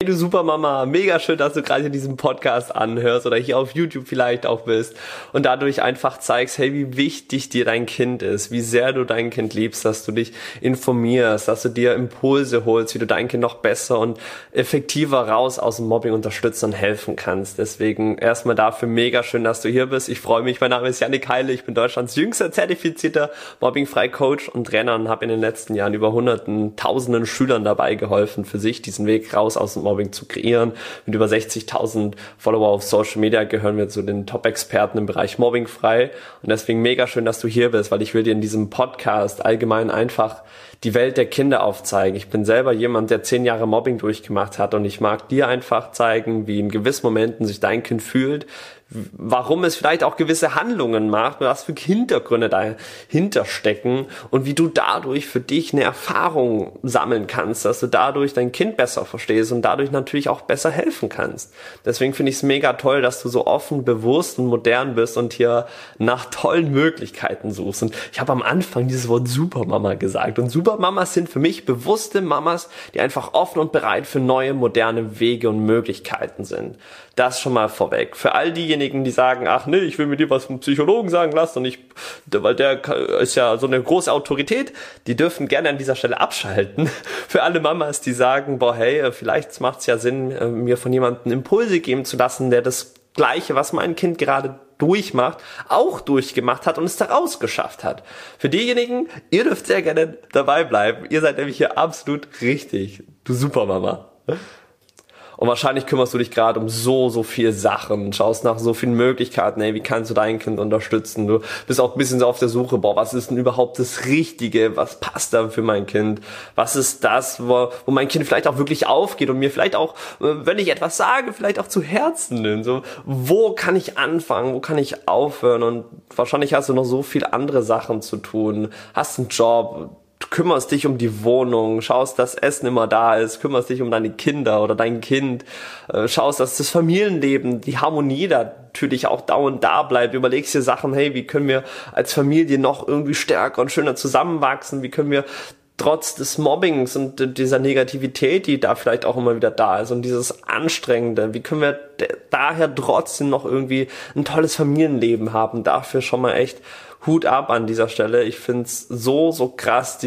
Hey du Supermama, mega schön, dass du gerade hier diesen Podcast anhörst oder hier auf YouTube vielleicht auch bist und dadurch einfach zeigst, hey, wie wichtig dir dein Kind ist, wie sehr du dein Kind liebst, dass du dich informierst, dass du dir Impulse holst, wie du dein Kind noch besser und effektiver raus aus dem Mobbing unterstützen und helfen kannst. Deswegen erstmal dafür mega schön, dass du hier bist. Ich freue mich, mein Name ist Yannick Heile, ich bin Deutschlands jüngster zertifizierter Mobbingfrei-Coach und Trainer und habe in den letzten Jahren über hunderten, tausenden Schülern dabei geholfen, für sich diesen Weg raus aus dem Mobbing zu kreieren. Mit über 60.000 Follower auf Social Media gehören wir zu den Top-Experten im Bereich Mobbingfrei. Und deswegen mega schön, dass du hier bist, weil ich will dir in diesem Podcast allgemein einfach die Welt der Kinder aufzeigen. Ich bin selber jemand, der 10 Jahre Mobbing durchgemacht hat und ich mag dir einfach zeigen, wie in gewissen Momenten sich dein Kind fühlt, warum es vielleicht auch gewisse Handlungen macht, was für Hintergründe dahinter stecken und wie du dadurch für dich eine Erfahrung sammeln kannst, dass du dadurch dein Kind besser verstehst und dadurch natürlich auch besser helfen kannst. Deswegen finde ich es mega toll, dass du so offen, bewusst und modern bist und hier nach tollen Möglichkeiten suchst. Und ich habe am Anfang dieses Wort Supermama gesagt und Supermamas sind für mich bewusste Mamas, die einfach offen und bereit für neue, moderne Wege und Möglichkeiten sind. Das schon mal vorweg. Für all diejenigen, die sagen, ach nee, ich will mir dir was vom Psychologen sagen lassen und weil der ist ja so eine große Autorität, die dürfen gerne an dieser Stelle abschalten. Für alle Mamas, die sagen, boah, hey, vielleicht macht es ja Sinn, mir von jemandem Impulse geben zu lassen, der das Gleiche, was mein Kind gerade durchmacht, auch durchgemacht hat und es da rausgeschafft hat. Für diejenigen, ihr dürft sehr gerne dabei bleiben. Ihr seid nämlich hier absolut richtig. Du Supermama. Und wahrscheinlich kümmerst du dich gerade um so viele Sachen, schaust nach so vielen Möglichkeiten, wie kannst du dein Kind unterstützen? Du bist auch ein bisschen so auf der Suche, was ist denn überhaupt das Richtige? Was passt da für mein Kind? Was ist das, wo mein Kind vielleicht auch wirklich aufgeht und mir vielleicht auch, wenn ich etwas sage, vielleicht auch zu Herzen nimmt? So, wo kann ich anfangen? Wo kann ich aufhören? Und wahrscheinlich hast du noch so viele andere Sachen zu tun. Hast einen Job, du kümmerst dich um die Wohnung, schaust, dass Essen immer da ist, kümmerst dich um deine Kinder oder dein Kind, schaust, dass das Familienleben, die Harmonie da natürlich auch dauernd da bleibt, überlegst dir Sachen, hey, wie können wir als Familie noch irgendwie stärker und schöner zusammenwachsen, wie können wir trotz des Mobbings und dieser Negativität, die da vielleicht auch immer wieder da ist und dieses Anstrengende, wie können wir daher trotzdem noch irgendwie ein tolles Familienleben haben, dafür schon mal echt Hut ab an dieser Stelle. Ich find's so krass,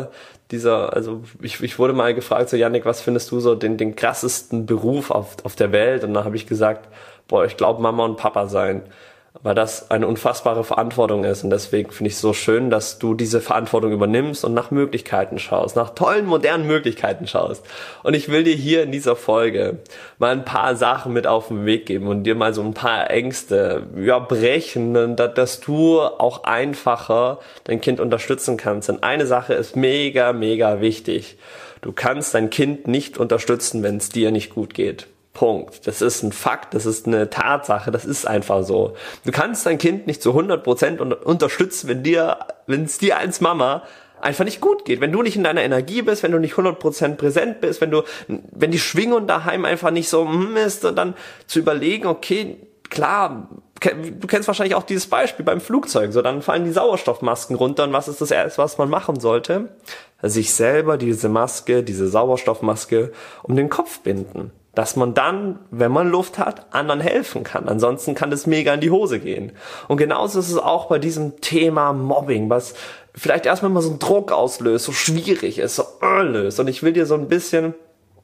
also ich wurde mal gefragt, so Yannick, was findest du so den krassesten Beruf auf der Welt? Und da habe ich gesagt, ich glaube Mama und Papa sein. Weil das eine unfassbare Verantwortung ist und deswegen finde ich es so schön, dass du diese Verantwortung übernimmst und nach Möglichkeiten schaust, nach tollen, modernen Möglichkeiten schaust. Und ich will dir hier in dieser Folge mal ein paar Sachen mit auf den Weg geben und dir mal so ein paar Ängste brechen, dass du auch einfacher dein Kind unterstützen kannst. Denn eine Sache ist mega wichtig. Du kannst dein Kind nicht unterstützen, wenn es dir nicht gut geht. Punkt. Das ist ein Fakt, das ist eine Tatsache, das ist einfach so. Du kannst dein Kind nicht zu 100% unterstützen, wenn es dir als Mama einfach nicht gut geht. Wenn du nicht in deiner Energie bist, wenn du nicht 100% präsent bist, wenn die Schwingung daheim einfach nicht so ist, und dann zu überlegen, okay, klar, du kennst wahrscheinlich auch dieses Beispiel beim Flugzeug, so dann fallen die Sauerstoffmasken runter und was ist das Erste, was man machen sollte? Sich selber diese Sauerstoffmaske um den Kopf binden. Dass man dann, wenn man Luft hat, anderen helfen kann. Ansonsten kann das mega in die Hose gehen. Und genauso ist es auch bei diesem Thema Mobbing, was vielleicht erstmal mal so einen Druck auslöst, so schwierig ist, so löst. Und ich will dir so ein bisschen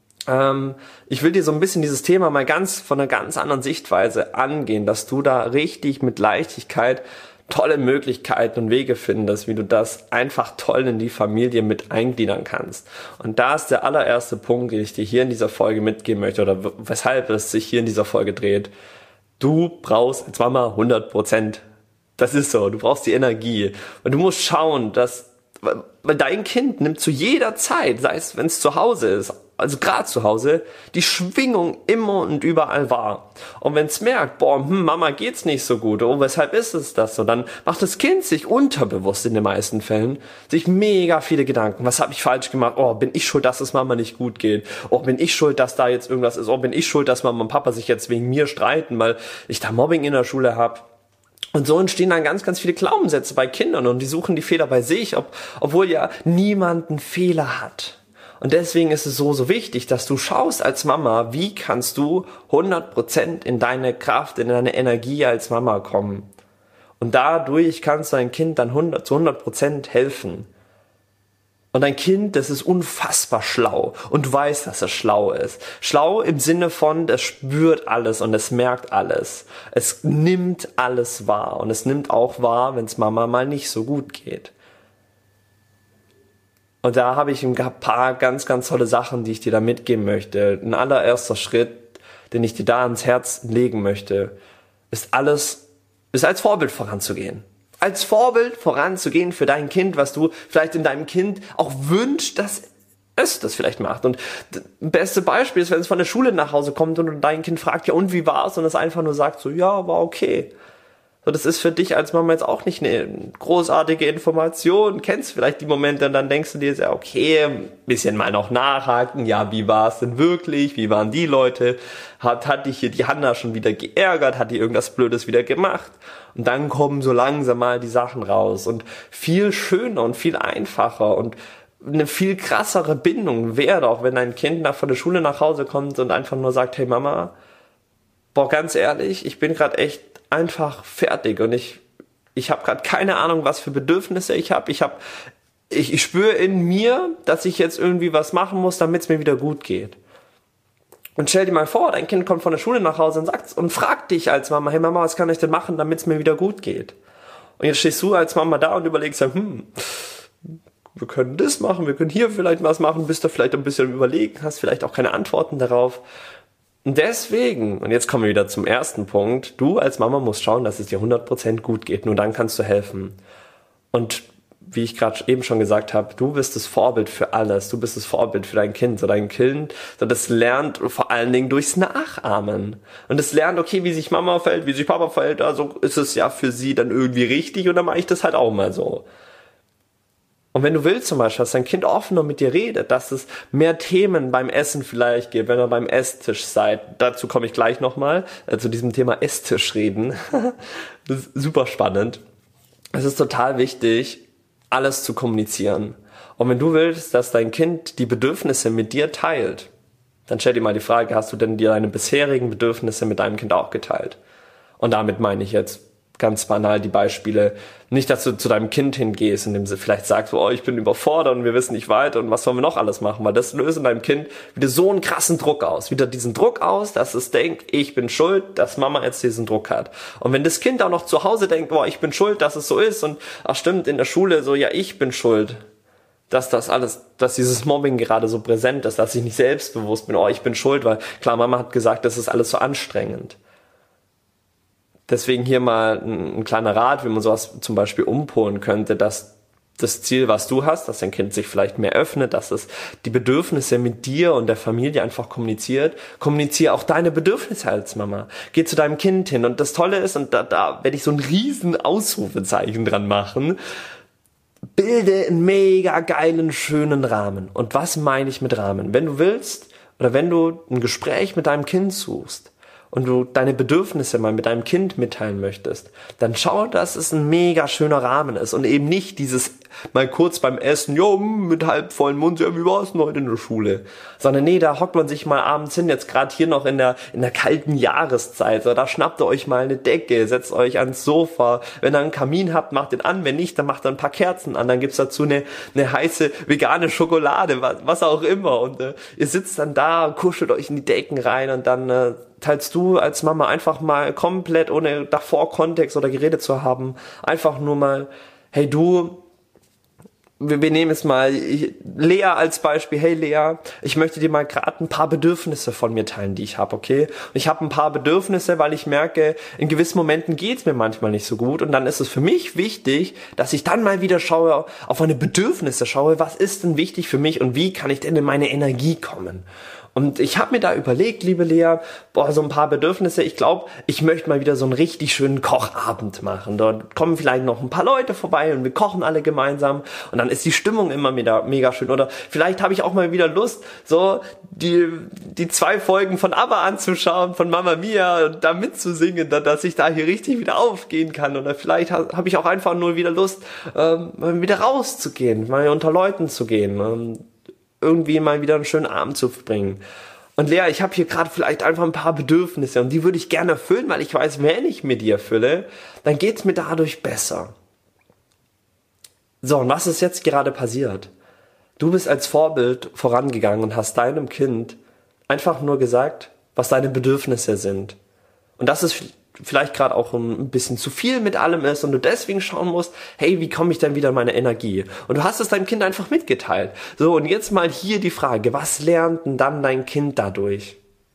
dieses Thema mal von einer ganz anderen Sichtweise angehen, dass du da richtig mit Leichtigkeit tolle Möglichkeiten und Wege findest, wie du das einfach toll in die Familie mit eingliedern kannst. Und da ist der allererste Punkt, den ich dir hier in dieser Folge mitgeben möchte oder weshalb es sich hier in dieser Folge dreht. Du brauchst als Mama 100%. Das ist so, du brauchst die Energie. Und du musst schauen, weil dein Kind nimmt zu jeder Zeit, sei es, wenn es zu Hause ist, also gerade zu Hause, die Schwingung immer und überall wahr. Und wenn es merkt, Mama geht's nicht so gut, weshalb ist es das so? Dann macht das Kind sich unterbewusst in den meisten Fällen sich mega viele Gedanken. Was habe ich falsch gemacht? Bin ich schuld, dass es Mama nicht gut geht? Bin ich schuld, dass da jetzt irgendwas ist? Bin ich schuld, dass Mama und Papa sich jetzt wegen mir streiten, weil ich da Mobbing in der Schule habe? Und so entstehen dann ganz viele Glaubenssätze bei Kindern und die suchen die Fehler bei sich, obwohl ja niemand einen Fehler hat. Und deswegen ist es so wichtig, dass du schaust als Mama, wie kannst du 100% in deine Kraft, in deine Energie als Mama kommen. Und dadurch kannst du dein Kind dann zu 100% helfen. Und dein Kind, das ist unfassbar schlau. Und du weißt, dass es schlau ist. Schlau im Sinne von, es spürt alles und es merkt alles. Es nimmt alles wahr. Und es nimmt auch wahr, wenn es Mama mal nicht so gut geht. Und da habe ich ein paar ganz, ganz tolle Sachen, die ich dir da mitgeben möchte. Ein allererster Schritt, den ich dir da ans Herz legen möchte, ist als Vorbild voranzugehen. Als Vorbild voranzugehen für dein Kind, was du vielleicht in deinem Kind auch wünschst, dass es das vielleicht macht. Und das beste Beispiel ist, wenn es von der Schule nach Hause kommt und dein Kind fragt, ja und wie war's? Und es einfach nur sagt so, ja, war okay. So, das ist für dich als Mama jetzt auch nicht eine großartige Information. Kennst vielleicht die Momente und dann denkst du dir, ja okay, ein bisschen mal noch nachhaken. Ja, wie war es denn wirklich? Wie waren die Leute? Hat dich hier die Hanna schon wieder geärgert? Hat die irgendwas Blödes wieder gemacht? Und dann kommen so langsam mal die Sachen raus. Und viel schöner und viel einfacher und eine viel krassere Bindung wäre doch, wenn dein Kind von der Schule nach Hause kommt und einfach nur sagt, hey Mama, boah, ganz ehrlich, ich bin gerade echt einfach fertig und ich habe gerade keine Ahnung, was für Bedürfnisse ich habe. Ich spüre in mir, dass ich jetzt irgendwie was machen muss, damit es mir wieder gut geht. Und stell dir mal vor, dein Kind kommt von der Schule nach Hause und fragt dich als Mama, hey Mama, was kann ich denn machen, damit es mir wieder gut geht? Und jetzt stehst du als Mama da und überlegst, wir können das machen, wir können hier vielleicht was machen, bist du vielleicht ein bisschen überlegen, hast vielleicht auch keine Antworten darauf. Und deswegen, und jetzt kommen wir wieder zum ersten Punkt, du als Mama musst schauen, dass es dir 100% gut geht, nur dann kannst du helfen. Und wie ich gerade eben schon gesagt habe, du bist das Vorbild für alles, du bist das Vorbild für dein Kind. So dein Kind, das lernt vor allen Dingen durchs Nachahmen. Und es lernt, okay, wie sich Mama verhält, wie sich Papa verhält, also ist es ja für sie dann irgendwie richtig und dann mache ich das halt auch mal so. Und wenn du willst zum Beispiel, dass dein Kind offener mit dir redet, dass es mehr Themen beim Essen vielleicht gibt, wenn ihr beim Esstisch seid, dazu komme ich gleich nochmal, zu diesem Thema Esstisch reden. Das ist super spannend. Es ist total wichtig, alles zu kommunizieren. Und wenn du willst, dass dein Kind die Bedürfnisse mit dir teilt, dann stell dir mal die Frage, hast du denn dir deine bisherigen Bedürfnisse mit deinem Kind auch geteilt? Und damit meine ich jetzt ganz banal die Beispiele, nicht, dass du zu deinem Kind hingehst, indem sie vielleicht sagst, oh, ich bin überfordert und wir wissen nicht weiter und was sollen wir noch alles machen, weil das löst in deinem Kind wieder so einen krassen Druck aus, wieder diesen Druck aus, dass es denkt, ich bin schuld, dass Mama jetzt diesen Druck hat. Und wenn das Kind auch noch zu Hause denkt, boah, ich bin schuld, dass es so ist und ach stimmt, in der Schule so, ja, ich bin schuld, dass dieses Mobbing gerade so präsent ist, dass ich nicht selbstbewusst bin, oh, ich bin schuld, weil klar, Mama hat gesagt, das ist alles so anstrengend. Deswegen hier mal ein kleiner Rat, wie man sowas zum Beispiel umpolen könnte, dass das Ziel, was du hast, dass dein Kind sich vielleicht mehr öffnet, dass es die Bedürfnisse mit dir und der Familie einfach kommuniziert. Kommuniziere auch deine Bedürfnisse als Mama. Geh zu deinem Kind hin. Und das Tolle ist, und da werde ich so ein riesen Ausrufezeichen dran machen, bilde einen mega geilen, schönen Rahmen. Und was meine ich mit Rahmen? Wenn du willst oder wenn du ein Gespräch mit deinem Kind suchst, und du deine Bedürfnisse mal mit deinem Kind mitteilen möchtest, dann schau, dass es ein mega schöner Rahmen ist und eben nicht dieses mal kurz beim Essen, jo, mit halb vollen Mund, ja, wie war's denn heute in der Schule? Sondern nee, da hockt man sich mal abends hin, jetzt gerade hier noch in der kalten Jahreszeit, so, da schnappt ihr euch mal eine Decke, setzt euch ans Sofa, wenn ihr einen Kamin habt, macht den an, wenn nicht, dann macht ihr ein paar Kerzen an, dann gibt's dazu eine heiße vegane Schokolade, was auch immer und ihr sitzt dann da, kuschelt euch in die Decken rein und dann teilst du als Mama einfach mal komplett ohne davor Kontext oder geredet zu haben, einfach nur mal, hey du, wir nehmen jetzt mal Lea als Beispiel, hey Lea, ich möchte dir mal gerade ein paar Bedürfnisse von mir teilen, die ich habe, okay? Und ich habe ein paar Bedürfnisse, weil ich merke, in gewissen Momenten geht's mir manchmal nicht so gut und dann ist es für mich wichtig, dass ich dann mal wieder schaue, auf meine Bedürfnisse schaue, was ist denn wichtig für mich und wie kann ich denn in meine Energie kommen? Und ich habe mir da überlegt, liebe Lea, so ein paar Bedürfnisse. Ich glaube, ich möchte mal wieder so einen richtig schönen Kochabend machen. Dort kommen vielleicht noch ein paar Leute vorbei und wir kochen alle gemeinsam. Und dann ist die Stimmung immer wieder mega schön. Oder vielleicht habe ich auch mal wieder Lust, so die 2 Folgen von ABBA anzuschauen, von Mamma Mia, und da mitzusingen, dass ich da hier richtig wieder aufgehen kann. Oder vielleicht habe ich auch einfach nur wieder Lust, mal wieder rauszugehen, mal unter Leuten zu gehen. irgendwie mal wieder einen schönen Abend zu verbringen. Und Lea, ich habe hier gerade vielleicht einfach ein paar Bedürfnisse und die würde ich gerne erfüllen, weil ich weiß, wenn ich mir die erfülle, dann geht's mir dadurch besser. So, und was ist jetzt gerade passiert? Du bist als Vorbild vorangegangen und hast deinem Kind einfach nur gesagt, was deine Bedürfnisse sind. Und dass es vielleicht gerade auch ein bisschen zu viel mit allem ist und du deswegen schauen musst, hey, wie komme ich denn wieder in meine Energie? Und du hast es deinem Kind einfach mitgeteilt. So, und jetzt mal hier die Frage, was lernt denn dann dein Kind dadurch?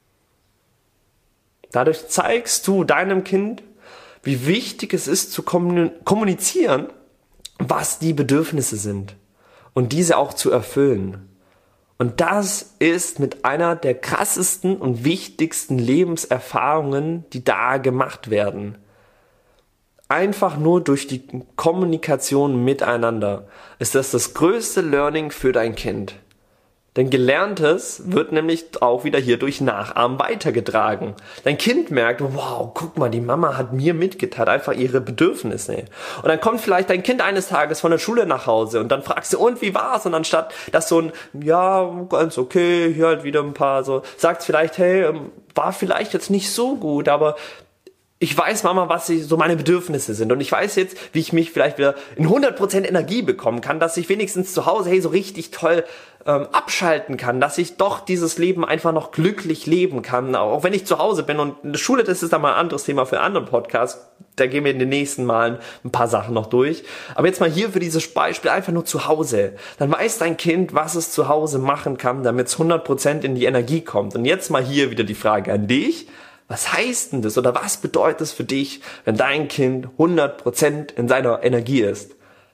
Dadurch zeigst du deinem Kind, wie wichtig es ist zu kommunizieren, was die Bedürfnisse sind und diese auch zu erfüllen. Und das ist mit einer der krassesten und wichtigsten Lebenserfahrungen, die da gemacht werden. Einfach nur durch die Kommunikation miteinander ist das größte Learning für dein Kind. Denn Gelerntes wird nämlich auch wieder hier durch Nachahmen weitergetragen. Dein Kind merkt, wow, guck mal, die Mama hat mir mitgeteilt, einfach ihre Bedürfnisse. Und dann kommt vielleicht dein Kind eines Tages von der Schule nach Hause und dann fragst du, und wie war's? Und anstatt dass so ein, ja, ganz okay, hier halt wieder ein paar so, sagst vielleicht, hey, war vielleicht jetzt nicht so gut, aber ich weiß, Mama, was so meine Bedürfnisse sind und ich weiß jetzt, wie ich mich vielleicht wieder in 100% Energie bekommen kann, dass ich wenigstens zu Hause, hey, so richtig toll abschalten kann, dass ich doch dieses Leben einfach noch glücklich leben kann, auch wenn ich zu Hause bin. Und in der Schule, das ist dann mal ein anderes Thema für einen anderen Podcast, da gehen wir in den nächsten Malen ein paar Sachen noch durch. Aber jetzt mal hier für dieses Beispiel einfach nur zu Hause. Dann weiß dein Kind, was es zu Hause machen kann, damit es 100% in die Energie kommt. Und jetzt mal hier wieder die Frage an dich. Was heißt denn das oder was bedeutet es für dich, wenn dein Kind 100% in seiner Energie ist?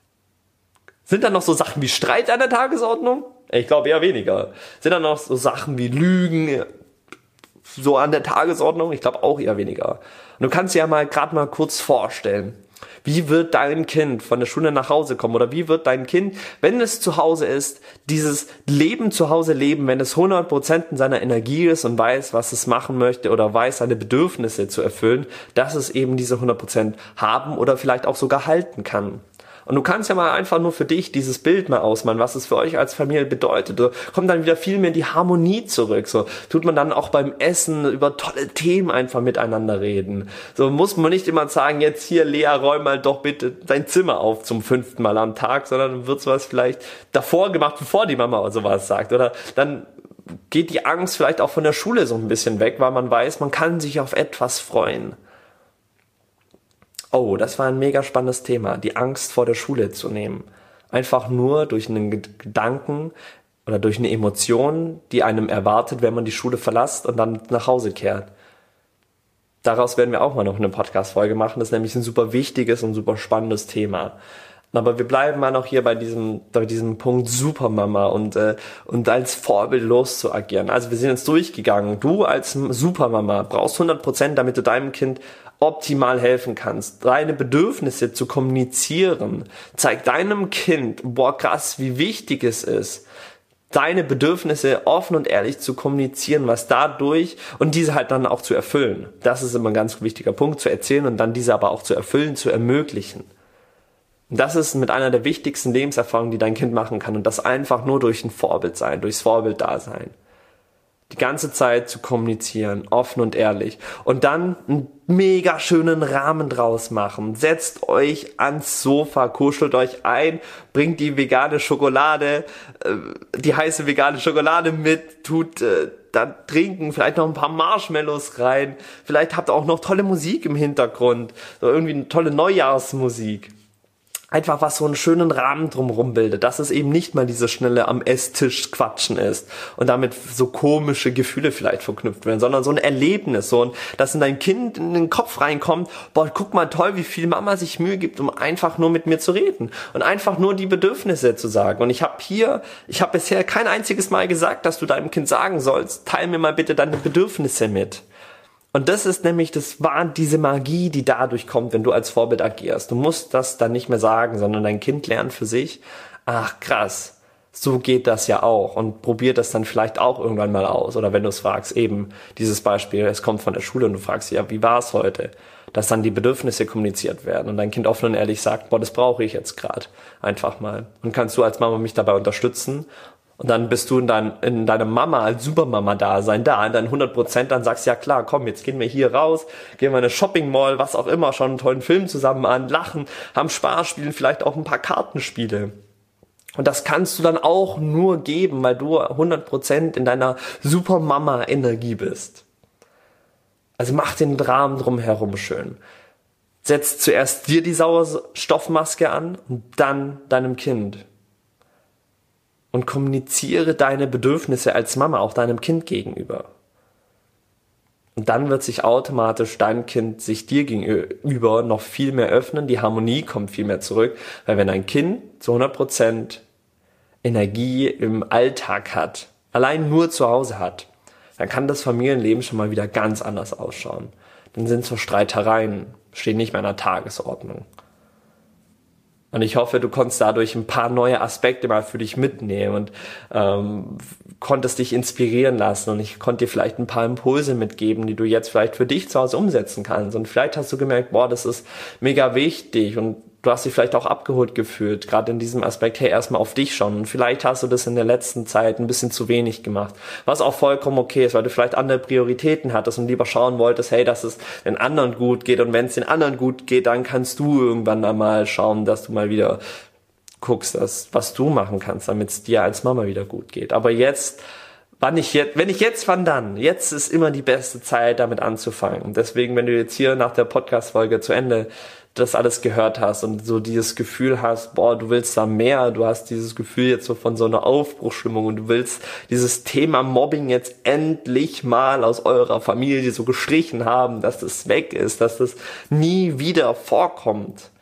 Sind da noch so Sachen wie Streit an der Tagesordnung? Ich glaube eher weniger. Sind da noch so Sachen wie Lügen so an der Tagesordnung? Ich glaube auch eher weniger. Und du kannst dir ja mal gerade mal kurz vorstellen, wie wird dein Kind von der Schule nach Hause kommen oder wie wird dein Kind, wenn es zu Hause ist, dieses Leben zu Hause leben, wenn es 100% in seiner Energie ist und weiß, was es machen möchte oder weiß, seine Bedürfnisse zu erfüllen, dass es eben diese 100% haben oder vielleicht auch sogar halten kann. Und du kannst ja mal einfach nur für dich dieses Bild mal ausmalen, was es für euch als Familie bedeutet. Da kommt dann wieder viel mehr in die Harmonie zurück. So tut man dann auch beim Essen über tolle Themen einfach miteinander reden. So muss man nicht immer sagen, jetzt hier Lea, räum mal doch bitte dein Zimmer auf zum 5. Mal am Tag, sondern wird sowas vielleicht davor gemacht, bevor die Mama sowas sagt. Oder dann geht die Angst vielleicht auch von der Schule so ein bisschen weg, weil man weiß, man kann sich auf etwas freuen. Oh, das war ein mega spannendes Thema, die Angst vor der Schule zu nehmen. Einfach nur durch einen Gedanken oder durch eine Emotion, die einem erwartet, wenn man die Schule verlässt und dann nach Hause kehrt. Daraus werden wir auch mal noch eine Podcast-Folge machen, das ist nämlich ein super wichtiges und super spannendes Thema. Aber wir bleiben mal noch hier bei diesem Punkt Supermama und als Vorbild loszuagieren. Also wir sind jetzt durchgegangen. Du als Supermama brauchst 100%, damit du deinem Kind optimal helfen kannst, deine Bedürfnisse zu kommunizieren. Zeig deinem Kind, boah krass, wie wichtig es ist, deine Bedürfnisse offen und ehrlich zu kommunizieren, was dadurch und diese halt dann auch zu erfüllen. Das ist immer ein ganz wichtiger Punkt, zu erzählen und dann diese aber auch zu erfüllen, zu ermöglichen. Und das ist mit einer der wichtigsten Lebenserfahrungen, die dein Kind machen kann und das einfach nur durch ein Vorbild sein, durchs Vorbilddasein. Die ganze Zeit zu kommunizieren, offen und ehrlich. Und dann einen mega schönen Rahmen draus machen. Setzt euch ans Sofa, kuschelt euch ein, bringt die vegane Schokolade, die heiße vegane Schokolade mit, tut dann trinken, vielleicht noch ein paar Marshmallows rein. Vielleicht habt ihr auch noch tolle Musik im Hintergrund, so irgendwie eine tolle Neujahrsmusik. Einfach was so einen schönen Rahmen drumherum bildet, dass es eben nicht mal dieses schnelle am Esstisch quatschen ist und damit so komische Gefühle vielleicht verknüpft werden, sondern so ein Erlebnis, dass in dein Kind in den Kopf reinkommt, boah, guck mal toll, wie viel Mama sich Mühe gibt, um einfach nur mit mir zu reden und einfach nur die Bedürfnisse zu sagen. Und ich habe bisher kein einziges Mal gesagt, dass du deinem Kind sagen sollst, teil mir mal bitte deine Bedürfnisse mit. Und das ist nämlich, diese Magie, die dadurch kommt, wenn du als Vorbild agierst. Du musst das dann nicht mehr sagen, sondern dein Kind lernt für sich, ach krass, so geht das ja auch und probiert das dann vielleicht auch irgendwann mal aus. Oder wenn du es fragst, eben dieses Beispiel, es kommt von der Schule und du fragst, ja, wie war es heute? Dass dann die Bedürfnisse kommuniziert werden und dein Kind offen und ehrlich sagt, boah, das brauche ich jetzt gerade einfach mal. Und kannst du als Mama mich dabei unterstützen? Und dann bist du in deiner Mama als Supermama-Dasein da, in deinen 100%, dann sagst du, ja klar, komm, jetzt gehen wir hier raus, gehen wir in eine Shopping-Mall, was auch immer, schauen einen tollen Film zusammen an, lachen, haben Spaß, spielen vielleicht auch ein paar Kartenspiele. Und das kannst du dann auch nur geben, weil du 100% in deiner Supermama-Energie bist. Also mach den Rahmen drumherum schön. Setz zuerst dir die Sauerstoffmaske an und dann deinem Kind. Und kommuniziere deine Bedürfnisse als Mama auch deinem Kind gegenüber. Und dann wird sich automatisch dein Kind sich dir gegenüber noch viel mehr öffnen, die Harmonie kommt viel mehr zurück, weil wenn ein Kind zu 100% Energie im Alltag hat, allein nur zu Hause hat, dann kann das Familienleben schon mal wieder ganz anders ausschauen. Dann sind so Streitereien, stehen nicht mehr in der Tagesordnung. Und ich hoffe, du konntest dadurch ein paar neue Aspekte mal für dich mitnehmen und konntest dich inspirieren lassen. Und ich konnte dir vielleicht ein paar Impulse mitgeben, die du jetzt vielleicht für dich zu Hause umsetzen kannst. Und vielleicht hast du gemerkt, boah, das ist mega wichtig und du hast dich vielleicht auch abgeholt gefühlt, gerade in diesem Aspekt, hey, erstmal auf dich schauen. Und vielleicht hast du das in der letzten Zeit ein bisschen zu wenig gemacht, was auch vollkommen okay ist, weil du vielleicht andere Prioritäten hattest und lieber schauen wolltest, hey, dass es den anderen gut geht. Und wenn es den anderen gut geht, dann kannst du irgendwann einmal schauen, dass du mal wieder guckst, was du machen kannst, damit es dir als Mama wieder gut geht. Aber jetzt, wenn ich jetzt, wann dann? Jetzt ist immer die beste Zeit, damit anzufangen. Und deswegen, wenn du jetzt hier nach der Podcast-Folge zu Ende das alles gehört hast und so dieses Gefühl hast, boah, du willst da mehr, du hast dieses Gefühl jetzt so von so einer Aufbruchsstimmung und du willst dieses Thema Mobbing jetzt endlich mal aus eurer Familie so gestrichen haben, dass das weg ist, dass das nie wieder vorkommt,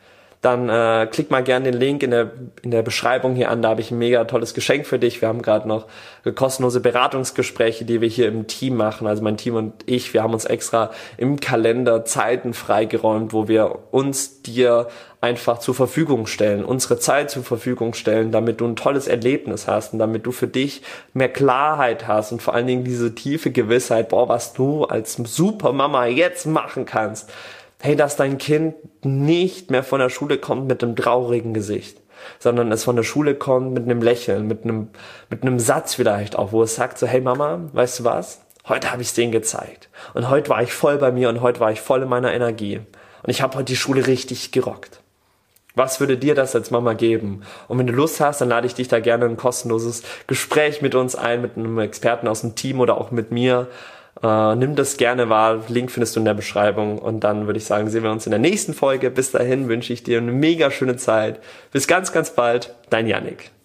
dann klick mal gerne den Link in der Beschreibung hier an, da habe ich ein mega tolles Geschenk für dich. Wir haben gerade noch kostenlose Beratungsgespräche, die wir hier im Team machen, also mein Team und ich, wir haben uns extra im Kalender Zeiten freigeräumt, wo wir uns dir einfach zur Verfügung stellen, unsere Zeit zur Verfügung stellen, damit du ein tolles Erlebnis hast und damit du für dich mehr Klarheit hast und vor allen Dingen diese tiefe Gewissheit, boah, was du als Supermama jetzt machen kannst. Hey, dass dein Kind nicht mehr von der Schule kommt mit einem traurigen Gesicht, sondern es von der Schule kommt mit einem Lächeln, mit einem Satz vielleicht auch, wo es sagt so, hey Mama, weißt du was? Heute habe ich es denen gezeigt. Und heute war ich voll bei mir und heute war ich voll in meiner Energie. Und ich habe heute die Schule richtig gerockt. Was würde dir das als Mama geben? Und wenn du Lust hast, dann lade ich dich da gerne in ein kostenloses Gespräch mit uns ein, mit einem Experten aus dem Team oder auch mit mir. Nimm das gerne wahr, Link findest du in der Beschreibung und dann würde ich sagen, sehen wir uns in der nächsten Folge. Bis dahin wünsche ich dir eine mega schöne Zeit. Bis ganz, ganz bald, dein Yannick.